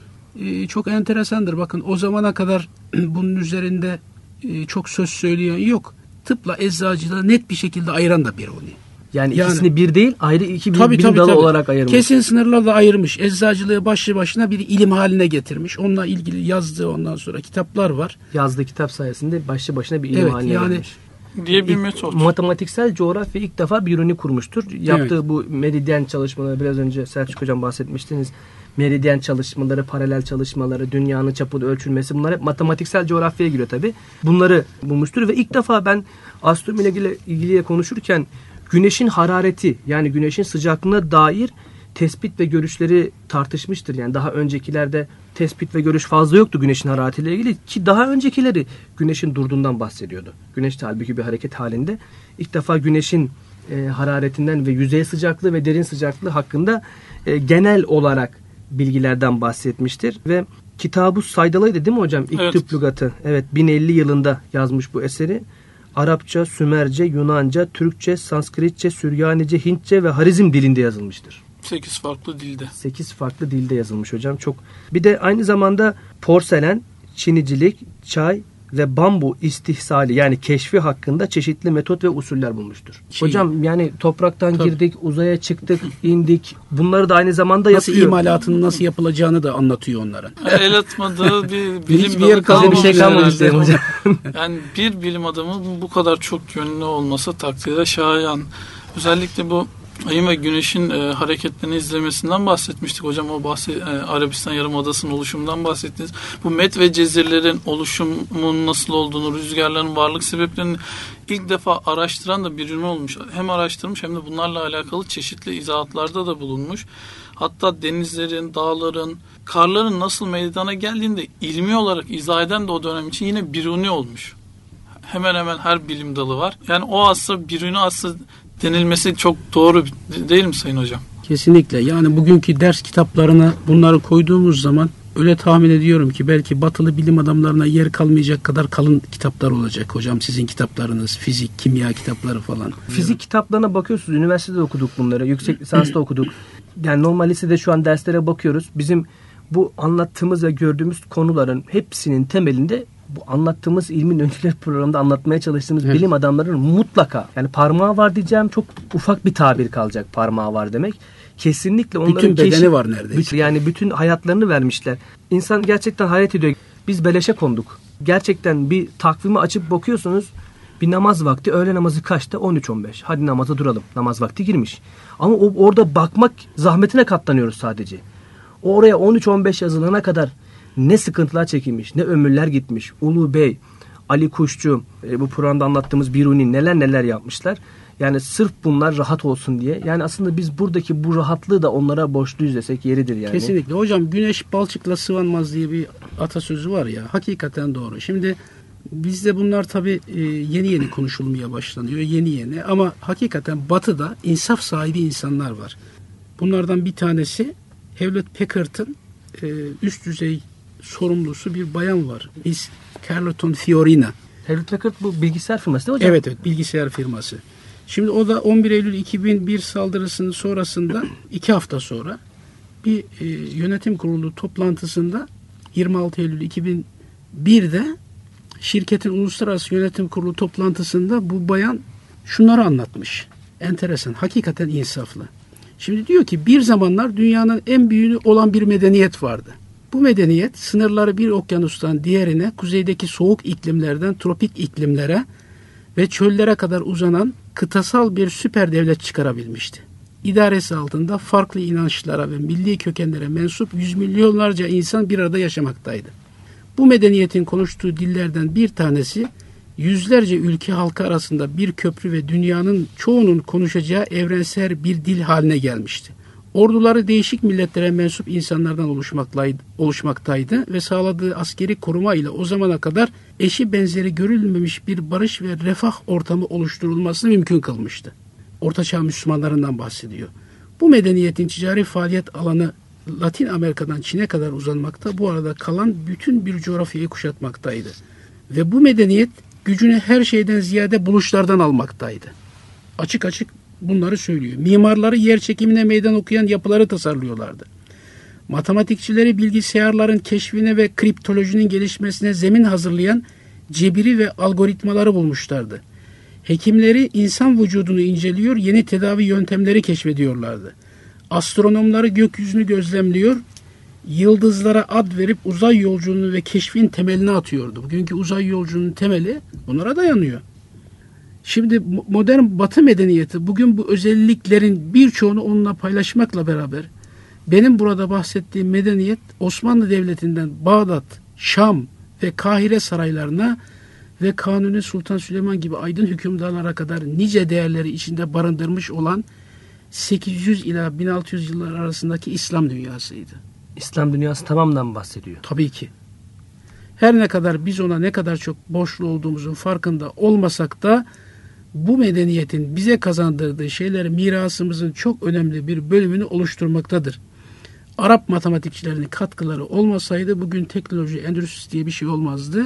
Speaker 3: Çok enteresandır. Bakın o zamana kadar bunun üzerinde çok söz söyleyen yok. Tıpla eczacılığı net bir şekilde ayıran da Biruni.
Speaker 2: Yani ikisini bir değil ayrı iki bilim dalı olarak ayırmış.
Speaker 3: Kesin sınırlarla ayırmış. Eczacılığı başlı başına bir ilim haline getirmiş. Onunla ilgili yazdığı ondan sonra kitaplar var.
Speaker 2: Yazdığı kitap sayesinde başlı başına bir ilim haline gelmiş.
Speaker 4: Diye bir metot.
Speaker 2: Matematiksel coğrafya ilk defa Biruni kurmuştur. Yaptığı bu meridyen çalışmaları biraz önce Selçuk Hocam bahsetmiştiniz. Meridyen çalışmaları, paralel çalışmaları, dünyanın çapı ölçülmesi bunlar hep matematiksel coğrafyaya giriyor tabii. Bunları bulmuştur ve ilk defa ben astronomi ile ilgili konuşurken güneşin harareti yani güneşin sıcaklığına dair tespit ve görüşleri tartışmıştır. Yani daha öncekilerde tespit ve görüş fazla yoktu güneşin hararetiyle ilgili ki daha öncekileri güneşin durduğundan bahsediyordu. Güneş de halbuki bir hareket halinde. İlk defa güneşin hararetinden ve yüzey sıcaklığı ve derin sıcaklığı hakkında genel olarak bilgilerden bahsetmiştir ve Kitab-ı Saydalı'ydı değil mi hocam? İlk tıp lügatı. Evet 1050 yılında yazmış bu eseri. Arapça, Sümerce, Yunanca, Türkçe, Sanskritçe, Süryanice, Hintçe ve Harizm dilinde yazılmıştır.
Speaker 4: 8 farklı dilde.
Speaker 2: 8 farklı dilde yazılmış hocam. Çok. Bir de aynı zamanda porselen, çinicilik, çay ve bambu istihsali yani keşfi hakkında çeşitli metot ve usuller bulmuştur. Hocam yani topraktan girdik, uzaya çıktık, indik. Bunları da aynı zamanda
Speaker 3: nasıl
Speaker 2: yapıyor.
Speaker 3: İmalatının nasıl yapılacağını da anlatıyor onlara.
Speaker 4: El atmadığı bir bilim dalı
Speaker 2: kalmamış. Bir şey kalmamış diyeyim hocam.
Speaker 4: Yani bir bilim adamı bu kadar çok yönlü olması takdirde şayan. Özellikle bu Ayın ve Güneş'in hareketlerini izlemesinden bahsetmiştik hocam. Arabistan Yarımadası'nın oluşumundan bahsettiniz. Bu met ve cezirlerin oluşumunun nasıl olduğunu, rüzgarların varlık sebeplerini ilk defa araştıran da Biruni olmuş. Hem araştırmış hem de bunlarla alakalı çeşitli izahatlarda da bulunmuş. Hatta denizlerin, dağların, karların nasıl meydana geldiğinde ilmi olarak izah eden de o dönem için yine Biruni olmuş. Hemen hemen her bilim dalı var. Yani o aslı Biruni aslı denilmesi çok doğru değil mi Sayın Hocam?
Speaker 3: Kesinlikle. Yani bugünkü ders kitaplarına bunları koyduğumuz zaman öyle tahmin ediyorum ki belki batılı bilim adamlarına yer kalmayacak kadar kalın kitaplar olacak hocam. Sizin kitaplarınız, fizik, kimya kitapları falan.
Speaker 2: Fizik kitaplarına bakıyorsunuz. Üniversitede okuduk bunları. Yüksek lisansta okuduk. Yani normal lisede şu an derslere bakıyoruz. Bizim bu anlattığımız ve gördüğümüz konuların hepsinin temelinde bu anlattığımız ilmin öncüler programında anlatmaya çalıştığımız bilim adamlarının mutlaka yani parmağı var diyeceğim çok ufak bir tabir kalacak parmağı var demek. Kesinlikle onların
Speaker 3: bütün bedeni var neredeyse.
Speaker 2: Yani bütün hayatlarını vermişler. İnsan gerçekten hayret ediyor. Biz beleşe konduk. Gerçekten bir takvimi açıp bakıyorsunuz bir namaz vakti öğle namazı kaçta? 13-15. Hadi namaza duralım. Namaz vakti girmiş. Ama orada bakmak zahmetine katlanıyoruz sadece. Oraya 13-15 yazılana kadar ne sıkıntılar çekilmiş, ne ömürler gitmiş. Ulu Bey, Ali Kuşçu, bu programda anlattığımız Biruni neler yapmışlar. Yani sırf bunlar rahat olsun diye. Yani aslında biz buradaki bu rahatlığı da onlara borçluyuz desek yeridir yani.
Speaker 3: Kesinlikle. Hocam güneş balçıkla sıvanmaz diye bir atasözü var ya. Hakikaten doğru. Şimdi bizde bunlar tabii yeni konuşulmaya başlanıyor. Yeni ama hakikaten batıda insaf sahibi insanlar var. Bunlardan bir tanesi Hewlett Packard'ın üst düzey sorumlusu bir bayan var. Miss Carleton Fiorina.
Speaker 2: Hewlett Packard bu bilgisayar firması değil mi hocam?
Speaker 3: Evet, bilgisayar firması. Şimdi o da 11 Eylül 2001 saldırısının sonrasında 2 hafta sonra bir yönetim kurulu toplantısında 26 Eylül 2001'de şirketin uluslararası yönetim kurulu toplantısında bu bayan şunları anlatmış. Enteresan, hakikaten insaflı. Şimdi diyor ki bir zamanlar dünyanın en büyüğü olan bir medeniyet vardı. Bu medeniyet sınırları bir okyanustan diğerine, kuzeydeki soğuk iklimlerden tropik iklimlere ve çöllere kadar uzanan kıtasal bir süper devlet çıkarabilmişti. İdaresi altında farklı inançlara ve milli kökenlere mensup yüz milyonlarca insan bir arada yaşamaktaydı. Bu medeniyetin konuştuğu dillerden bir tanesi yüzlerce ülke halkı arasında bir köprü ve dünyanın çoğunun konuşacağı evrensel bir dil haline gelmişti. Orduları değişik milletlere mensup insanlardan oluşmaktaydı ve sağladığı askeri koruma ile o zamana kadar eşi benzeri görülmemiş bir barış ve refah ortamı oluşturulmasını mümkün kılmıştı. Ortaçağ Müslümanlarından bahsediyor. Bu medeniyetin ticari faaliyet alanı Latin Amerika'dan Çin'e kadar uzanmakta, bu arada kalan bütün bir coğrafyayı kuşatmaktaydı. Ve bu medeniyet gücünü her şeyden ziyade buluşlardan almaktaydı. Açık açık bunları söylüyor. Mimarları yer çekimine meydan okuyan yapıları tasarlıyorlardı. Matematikçileri bilgisayarların keşfine ve kriptolojinin gelişmesine zemin hazırlayan cebiri ve algoritmaları bulmuşlardı. Hekimleri insan vücudunu inceliyor, yeni tedavi yöntemleri keşfediyorlardı. Astronomları gökyüzünü gözlemliyor, yıldızlara ad verip uzay yolculuğunu ve keşfin temelini atıyordu. Bugünkü uzay yolculuğunun temeli bunlara dayanıyor. Şimdi modern Batı medeniyeti bugün bu özelliklerin birçoğunu onunla paylaşmakla beraber benim burada bahsettiğim medeniyet Osmanlı Devleti'nden Bağdat, Şam ve Kahire saraylarına ve Kanuni Sultan Süleyman gibi aydın hükümdarlara kadar nice değerleri içinde barındırmış olan 800 ila 1600 yıllar arasındaki İslam dünyasıydı.
Speaker 2: İslam dünyası tamamından bahsediyor.
Speaker 3: Tabii ki. Her ne kadar biz ona ne kadar çok borçlu olduğumuzun farkında olmasak da bu medeniyetin bize kazandırdığı şeyler mirasımızın çok önemli bir bölümünü oluşturmaktadır. Arap matematikçilerinin katkıları olmasaydı bugün teknoloji endüstrisi diye bir şey olmazdı.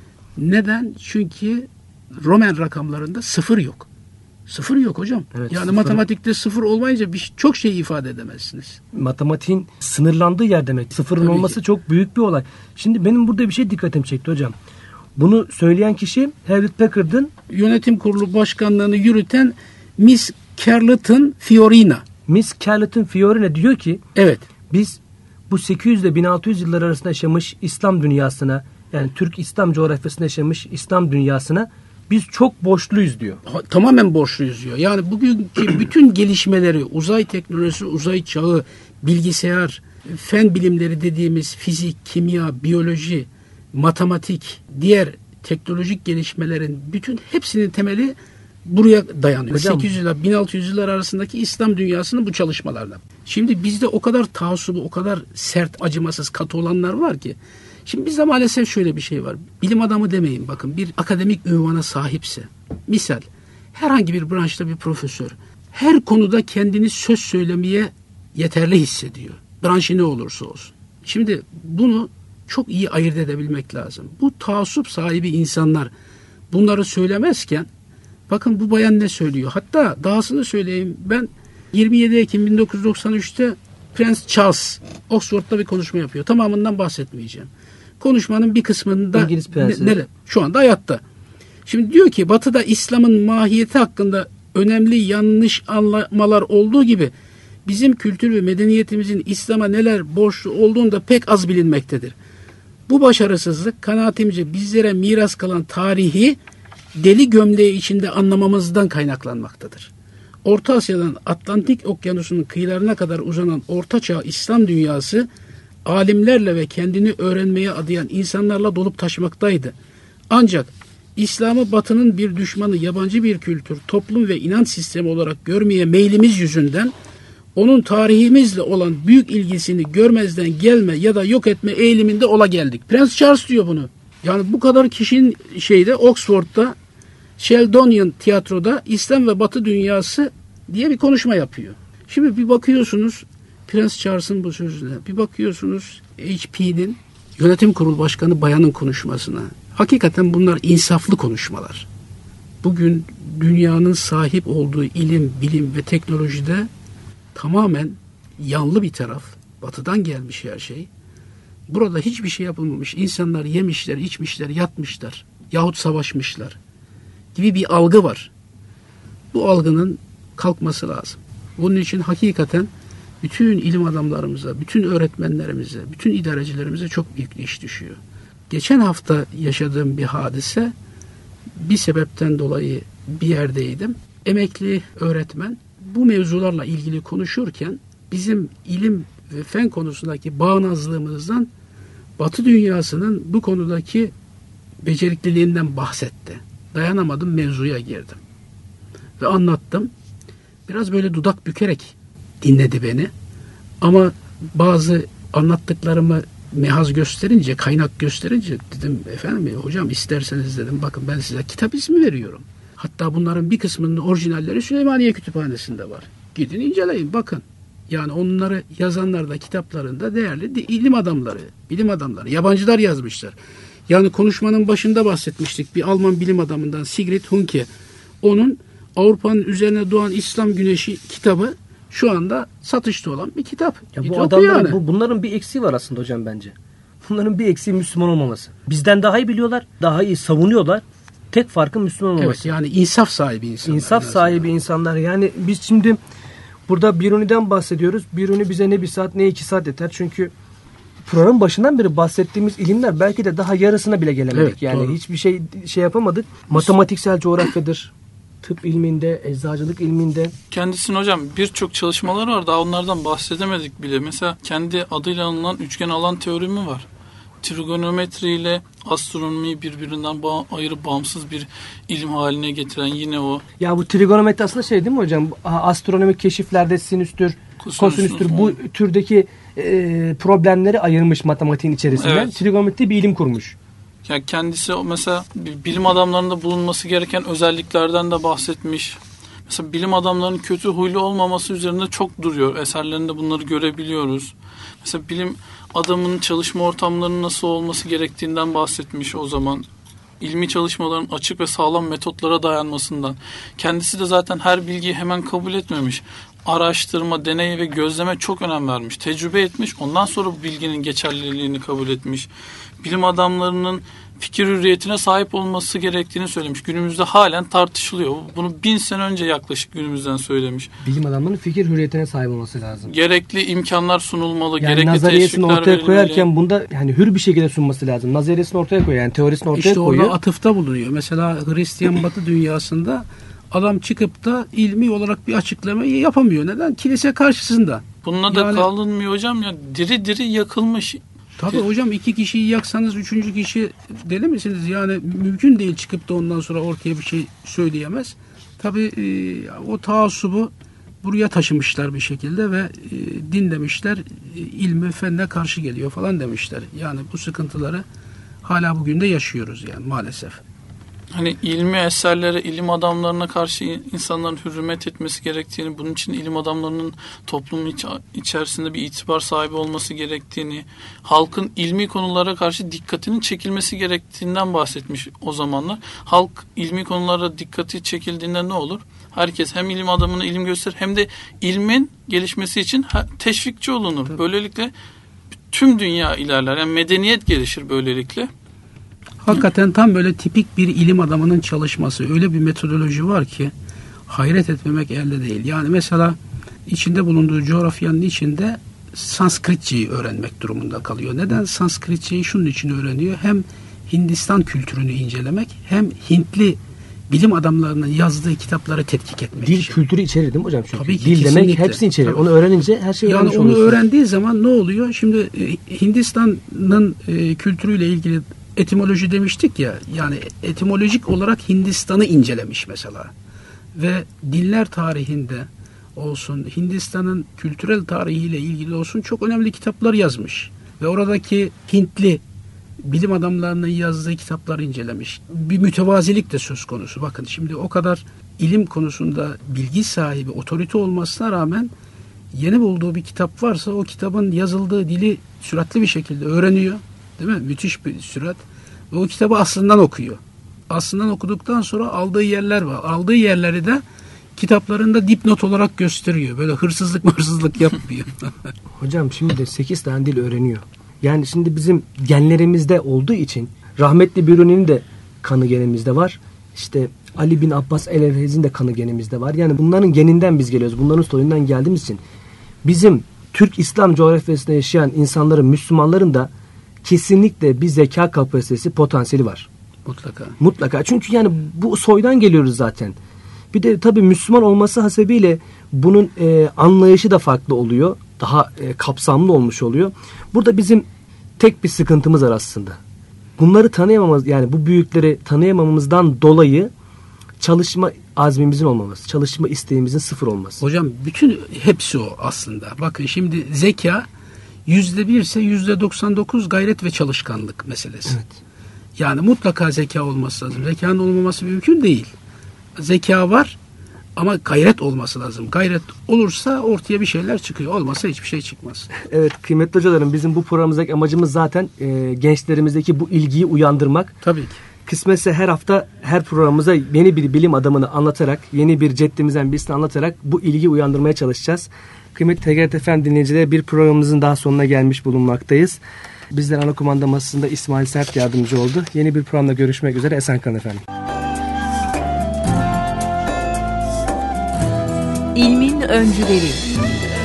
Speaker 3: Neden? Çünkü Roman rakamlarında sıfır yok. Sıfır yok hocam.
Speaker 2: Evet,
Speaker 3: yani
Speaker 2: sıfır.
Speaker 3: Matematikte sıfır olmayınca çok şey ifade edemezsiniz.
Speaker 2: Matematiğin sınırlandığı yer demek. Sıfırın
Speaker 3: Tabii
Speaker 2: olması
Speaker 3: ki.
Speaker 2: çok büyük bir olay. Şimdi benim burada bir şey dikkatimi çekti hocam. Bunu söyleyen kişi Hewlett Packard'ın
Speaker 3: Yönetim kurulu başkanlığını yürüten Miss Carleton Fiorina.
Speaker 2: Miss Carleton Fiorina diyor ki
Speaker 3: Evet.
Speaker 2: biz bu 800 ile 1600 yıllar arasında yaşamış İslam dünyasına, yani Türk İslam coğrafyasında yaşamış İslam dünyasına biz çok borçluyuz diyor.
Speaker 3: Tamamen borçluyuz diyor. Yani bugünkü bütün gelişmeleri, uzay teknolojisi, uzay çağı, bilgisayar, fen bilimleri dediğimiz fizik, kimya, biyoloji, matematik, diğer teknolojik gelişmelerin bütün hepsinin temeli buraya dayanıyor.
Speaker 2: Hocam,
Speaker 3: 800 ile 1600 yıllar arasındaki İslam dünyasının bu çalışmalarla. Şimdi bizde o kadar taassubu, o kadar sert, acımasız, katı olanlar var ki. Şimdi bizde maalesef şöyle bir şey var. Bilim adamı demeyin, bakın bir akademik ünvana sahipse, misal herhangi bir branşta bir profesör, her konuda kendini söz söylemeye yeterli hissediyor. Branşı ne olursa olsun. Şimdi bunu çok iyi ayırt edebilmek lazım. Bu taassup sahibi insanlar bunları söylemezken bakın bu bayan ne söylüyor. Hatta dahasını söyleyeyim, ben 27 Ekim 1993'te Prens Charles Oxford'da bir konuşma yapıyor. Tamamından bahsetmeyeceğim. Konuşmanın bir kısmında
Speaker 2: İngiliz prensi.
Speaker 3: şu anda hayatta. Şimdi diyor ki Batı'da İslam'ın mahiyeti hakkında önemli yanlış anlamalar olduğu gibi bizim kültür ve medeniyetimizin İslam'a neler borçlu olduğunu da pek az bilinmektedir. Bu başarısızlık kanaatimce bizlere miras kalan tarihi deli gömleği içinde anlamamızdan kaynaklanmaktadır. Orta Asya'dan Atlantik Okyanusu'nun kıyılarına kadar uzanan Ortaçağ İslam dünyası alimlerle ve kendini öğrenmeye adayan insanlarla dolup taşmaktaydı. Ancak İslam'ı Batı'nın bir düşmanı, yabancı bir kültür, toplum ve inanç sistemi olarak görmeye meylimiz yüzünden onun tarihimizle olan büyük ilgisini görmezden gelme ya da yok etme eğiliminde ola geldik. Prens Charles diyor bunu. Yani bu kadar kişinin Oxford'da Sheldonian tiyatroda İslam ve Batı dünyası diye bir konuşma yapıyor. Şimdi bir bakıyorsunuz Prens Charles'ın bu sözüne, bir bakıyorsunuz HP'nin yönetim kurulu başkanı bayanın konuşmasına. Hakikaten bunlar insaflı konuşmalar. Bugün dünyanın sahip olduğu ilim, bilim ve teknolojide tamamen yanlı bir taraf. Batıdan gelmiş her şey. Burada hiçbir şey yapılmamış. İnsanlar yemişler, içmişler, yatmışlar yahut savaşmışlar gibi bir algı var. Bu algının kalkması lazım. Bunun için hakikaten bütün ilim adamlarımıza, bütün öğretmenlerimize, bütün idarecilerimize çok büyük iş düşüyor. Geçen hafta yaşadığım bir hadise, bir sebepten dolayı bir yerdeydim. Emekli öğretmen bu mevzularla ilgili konuşurken bizim ilim ve fen konusundaki bağnazlığımızdan Batı dünyasının bu konudaki becerikliliğinden bahsetti. Dayanamadım, mevzuya girdim. Ve anlattım. Biraz böyle dudak bükerek dinledi beni. Ama bazı anlattıklarımı mehaz gösterince, kaynak gösterince dedim efendim hocam isterseniz dedim bakın ben size kitap ismi veriyorum. Hatta bunların bir kısmının orijinalleri Süleymaniye Kütüphanesi'nde var. Gidin inceleyin bakın. Yani onları yazanlar da kitaplarında değerli ilim adamları, bilim adamları, yabancılar yazmışlar. Yani konuşmanın başında bahsetmiştik bir Alman bilim adamından Sigrid Hunke. Onun Avrupa'nın üzerine doğan İslam Güneşi kitabı şu anda satışta olan bir kitap.
Speaker 2: Ya bu adamların, bunların bir eksiği var aslında hocam bence. Bunların bir eksiği Müslüman olmaması. Bizden daha iyi biliyorlar, daha iyi savunuyorlar. Tek farkı Müslüman olmaması.
Speaker 3: Evet, yani insaf sahibi insanlar.
Speaker 2: İnsaf sahibi insanlar. Yani biz şimdi burada Biruni'den bahsediyoruz. Biruni bize ne bir saat ne 2 saat yeter. Çünkü program başından beri bahsettiğimiz ilimler belki de daha yarısına bile gelemedik.
Speaker 3: Evet,
Speaker 2: yani
Speaker 3: doğru.
Speaker 2: hiçbir şey yapamadık. Matematiksel coğrafyadır. Tıp ilminde, eczacılık ilminde.
Speaker 4: Kendisinin hocam birçok çalışmaları var. Daha onlardan bahsedemedik bile. Mesela kendi adıyla anılan üçgen alan teoremi var. Trigonometri ile astronomiyi birbirinden ayırıp bağımsız bir ilim haline getiren yine o.
Speaker 2: Ya bu trigonometri aslında şey değil mi hocam? Astronomik keşiflerde sinüstür, kosinüstür bu türdeki problemleri ayırmış matematiğin içerisinde.
Speaker 4: Evet.
Speaker 2: Trigonometri bir ilim kurmuş.
Speaker 4: Yani kendisi mesela bilim adamlarında bulunması gereken özelliklerden de bahsetmiş. Mesela bilim adamlarının kötü huylu olmaması üzerinde çok duruyor. Eserlerinde bunları görebiliyoruz. Mesela bilim adamının çalışma ortamlarının nasıl olması gerektiğinden bahsetmiş o zaman. İlmi çalışmaların açık ve sağlam metotlara dayanmasından. Kendisi de zaten her bilgiyi hemen kabul etmemiş. Araştırma, deney ve gözleme çok önem vermiş. Tecrübe etmiş. Ondan sonra bu bilginin geçerliliğini kabul etmiş. Bilim adamlarının fikir hürriyetine sahip olması gerektiğini söylemiş. Günümüzde halen tartışılıyor. Bunu 1000 sene önce yaklaşık günümüzden söylemiş.
Speaker 2: Bilim adamlarının fikir hürriyetine sahip olması lazım.
Speaker 4: Gerekli imkanlar sunulmalı,
Speaker 2: yani
Speaker 4: gerekli
Speaker 2: nazariyesini ortaya
Speaker 4: verilmeli.
Speaker 2: koyarken bunda yani hür bir şekilde sunması lazım. Nazariyesini ortaya koyuyor, yani teorisini ortaya
Speaker 3: işte
Speaker 2: koyuyor.
Speaker 3: orada atıfta bulunuyor. Mesela Hristiyan Batı dünyasında adam çıkıp da ilmi olarak bir açıklamayı yapamıyor. Neden? Kilise karşısında.
Speaker 4: Bununla da kalınmıyor hocam ya. Diri diri yakılmış.
Speaker 3: Tabii hocam 2 kişiyi yaksanız 3. kişi deli misiniz? Yani mümkün değil çıkıp da ondan sonra ortaya bir şey söyleyemez. Tabii o taassubu buraya taşımışlar bir şekilde ve din demişler ilmi fenne karşı geliyor falan demişler. Yani bu sıkıntıları hala bugün de yaşıyoruz yani maalesef.
Speaker 4: Hani ilmi eserlere, ilim adamlarına karşı insanların hürmet etmesi gerektiğini, bunun için ilim adamlarının toplumun içerisinde bir itibar sahibi olması gerektiğini, halkın ilmi konulara karşı dikkatinin çekilmesi gerektiğinden bahsetmiş o zamanlar. Halk ilmi konulara dikkati çekildiğinde ne olur? Herkes hem ilim adamına ilim gösterir hem de ilmin gelişmesi için teşvikçi olunur. Tabii. Böylelikle tüm dünya ilerler. Yani medeniyet gelişir böylelikle.
Speaker 3: Hakikaten tam böyle tipik bir ilim adamının çalışması. Öyle bir metodoloji var ki hayret etmemek elde değil. Yani mesela içinde bulunduğu coğrafyanın içinde Sanskritçeyi öğrenmek durumunda kalıyor. Neden? Sanskritçeyi şunun için öğreniyor. Hem Hindistan kültürünü incelemek hem Hintli bilim adamlarının yazdığı kitapları tetkik etmek
Speaker 2: Dil
Speaker 3: için.
Speaker 2: kültürü içerir değil mi hocam? Çünkü
Speaker 3: tabii ki,
Speaker 2: dil
Speaker 3: kesinlikle.
Speaker 2: Demek hepsini içerir.
Speaker 3: Tabii.
Speaker 2: Onu öğrenince her şeyi öğrenmiş
Speaker 3: yani onu
Speaker 2: olursun.
Speaker 3: öğrendiği zaman ne oluyor? Şimdi Hindistan'ın kültürüyle ilgili etimoloji demiştik ya, yani etimolojik olarak Hindistan'ı incelemiş mesela. Ve dinler tarihinde olsun, Hindistan'ın kültürel tarihiyle ilgili olsun çok önemli kitaplar yazmış. Ve oradaki Hintli bilim adamlarının yazdığı kitapları incelemiş. Bir mütevazilik de söz konusu. Bakın şimdi o kadar ilim konusunda bilgi sahibi, otorite olmasına rağmen yeni bulduğu bir kitap varsa o kitabın yazıldığı dili süratli bir şekilde öğreniyor. Değil mi? Müthiş bir sürat. O kitabı aslından okuyor. Aslından okuduktan sonra aldığı yerler var. Aldığı yerleri de kitaplarında dipnot olarak gösteriyor. Böyle hırsızlık yapmıyor.
Speaker 2: Hocam şimdi de 8 tane dil öğreniyor. Yani şimdi bizim genlerimizde olduğu için rahmetli Biruni'nin de kanı genimizde var. İşte Ali bin Abbas el-Evhez'in de kanı genimizde var. Yani bunların geninden biz geliyoruz. Bunların soyundan geldiğimiz için bizim Türk İslam coğrafyasında yaşayan insanların, Müslümanların da kesinlikle bir zeka kapasitesi, potansiyeli var. Mutlaka. Çünkü yani bu soydan geliyoruz zaten. Bir de tabii Müslüman olması hasebiyle bunun anlayışı da farklı oluyor. Daha kapsamlı olmuş oluyor. Burada bizim tek bir sıkıntımız var aslında. Bunları tanıyamamız, yani bu büyükleri tanıyamamamızdan dolayı çalışma azmimizin olmaması, çalışma isteğimizin sıfır olması.
Speaker 3: Hocam bütün hepsi o aslında. Bakın şimdi zeka %1 ise %99 gayret ve çalışkanlık meselesi.
Speaker 2: Evet.
Speaker 3: Yani mutlaka zeka olması lazım. Zekanın olmaması mümkün değil. Zeka var ama gayret olması lazım. Gayret olursa ortaya bir şeyler çıkıyor. Olmasa hiçbir şey çıkmaz.
Speaker 2: Evet kıymetli hocalarım, bizim bu programımızdaki amacımız zaten gençlerimizdeki bu ilgiyi uyandırmak.
Speaker 3: Tabii ki.
Speaker 2: Kısmetse her hafta her programımıza yeni bir bilim adamını anlatarak, yeni bir ceddimizden birisini anlatarak bu ilgiyi uyandırmaya çalışacağız. Kıymetli TGRT FM dinleyicileri, bir programımızın daha sonuna gelmiş bulunmaktayız. Bizler ana kumanda masasında İsmail Sert yardımcı oldu. Yeni bir programda görüşmek üzere. Esen kalın efendim.
Speaker 1: İlmin öncüleri.